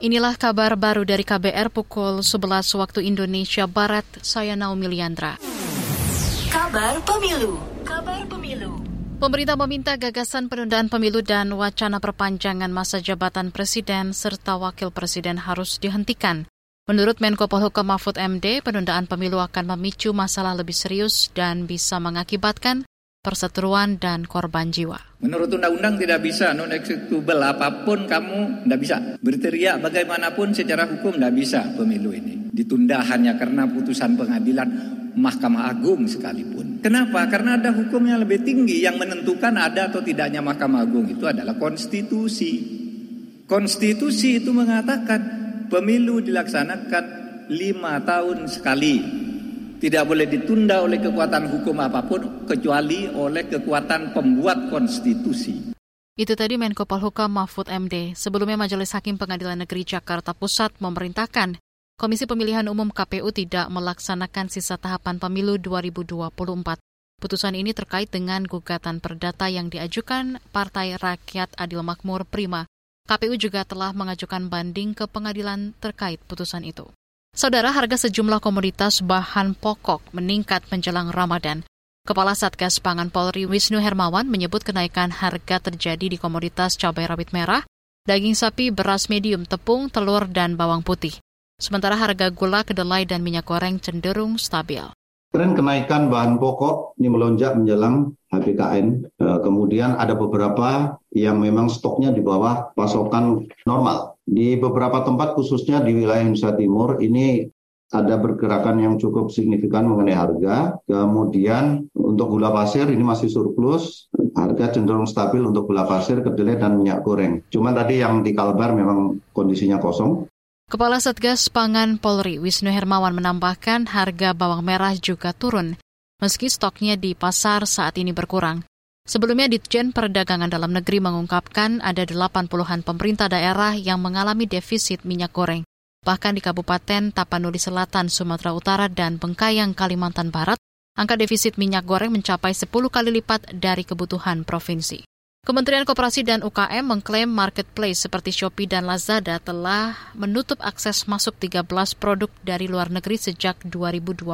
Inilah kabar baru dari KBR pukul 11 waktu Indonesia Barat. Saya Naomi Liandra. Kabar Pemilu. Pemerintah meminta gagasan penundaan pemilu dan wacana perpanjangan masa jabatan presiden serta wakil presiden harus dihentikan. Menurut Menko Polhukam Mahfud MD, penundaan pemilu akan memicu masalah lebih serius dan bisa mengakibatkan perseteruan dan korban jiwa. Menurut undang-undang tidak bisa, non-executable apapun kamu tidak bisa. Berteriak bagaimanapun secara hukum tidak bisa pemilu ini. Ditunda hanya karena putusan pengadilan Mahkamah Agung sekalipun. Kenapa? Karena ada hukum yang lebih tinggi yang menentukan ada atau tidaknya Mahkamah Agung itu adalah konstitusi. Konstitusi itu mengatakan pemilu dilaksanakan 5 tahun sekali. Tidak boleh ditunda oleh kekuatan hukum apapun kecuali oleh kekuatan pembuat konstitusi. Itu tadi Menko Polhukam Mahfud MD. Sebelumnya Majelis Hakim Pengadilan Negeri Jakarta Pusat memerintahkan Komisi Pemilihan Umum KPU tidak melaksanakan sisa tahapan pemilu 2024. Putusan ini terkait dengan gugatan perdata yang diajukan Partai Rakyat Adil Makmur Prima. KPU juga telah mengajukan banding ke pengadilan terkait putusan itu. Saudara, harga sejumlah komoditas bahan pokok meningkat menjelang Ramadan. Kepala Satgas Pangan Polri Wisnu Hermawan menyebut kenaikan harga terjadi di komoditas cabai rawit merah, daging sapi, beras medium, tepung, telur, dan bawang putih. Sementara harga gula, kedelai, dan minyak goreng cenderung stabil. Tren kenaikan bahan pokok ini melonjak menjelang HPKN. Kemudian ada beberapa yang memang stoknya di bawah pasokan normal. Di beberapa tempat khususnya di wilayah Indonesia Timur ini ada pergerakan yang cukup signifikan mengenai harga. Kemudian untuk gula pasir ini masih surplus. Harga cenderung stabil untuk gula pasir, kedelai, dan minyak goreng. Cuma tadi yang di Kalbar memang kondisinya kosong. Kepala Satgas Pangan Polri Wisnu Hermawan menambahkan harga bawang merah juga turun, meski stoknya di pasar saat ini berkurang. Sebelumnya Ditjen Perdagangan Dalam Negeri mengungkapkan ada 80-an pemerintah daerah yang mengalami defisit minyak goreng. Bahkan di Kabupaten Tapanuli Selatan, Sumatera Utara, dan Bengkayang, Kalimantan Barat, angka defisit minyak goreng mencapai 10 kali lipat dari kebutuhan provinsi. Kementerian Koperasi dan UKM mengklaim marketplace seperti Shopee dan Lazada telah menutup akses masuk 13 produk dari luar negeri sejak 2021.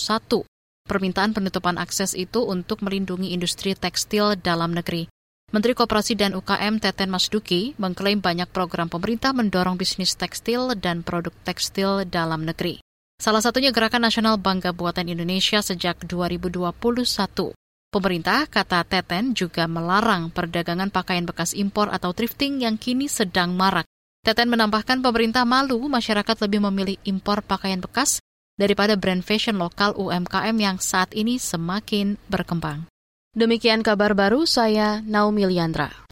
Permintaan penutupan akses itu untuk melindungi industri tekstil dalam negeri. Menteri Koperasi dan UKM Teten Masduki mengklaim banyak program pemerintah mendorong bisnis tekstil dan produk tekstil dalam negeri. Salah satunya Gerakan Nasional Bangga Buatan Indonesia sejak 2021. Pemerintah, kata Teten, juga melarang perdagangan pakaian bekas impor atau thrifting yang kini sedang marak. Teten menambahkan pemerintah malu masyarakat lebih memilih impor pakaian bekas daripada brand fashion lokal UMKM yang saat ini semakin berkembang. Demikian kabar baru, saya Naomi Liandra.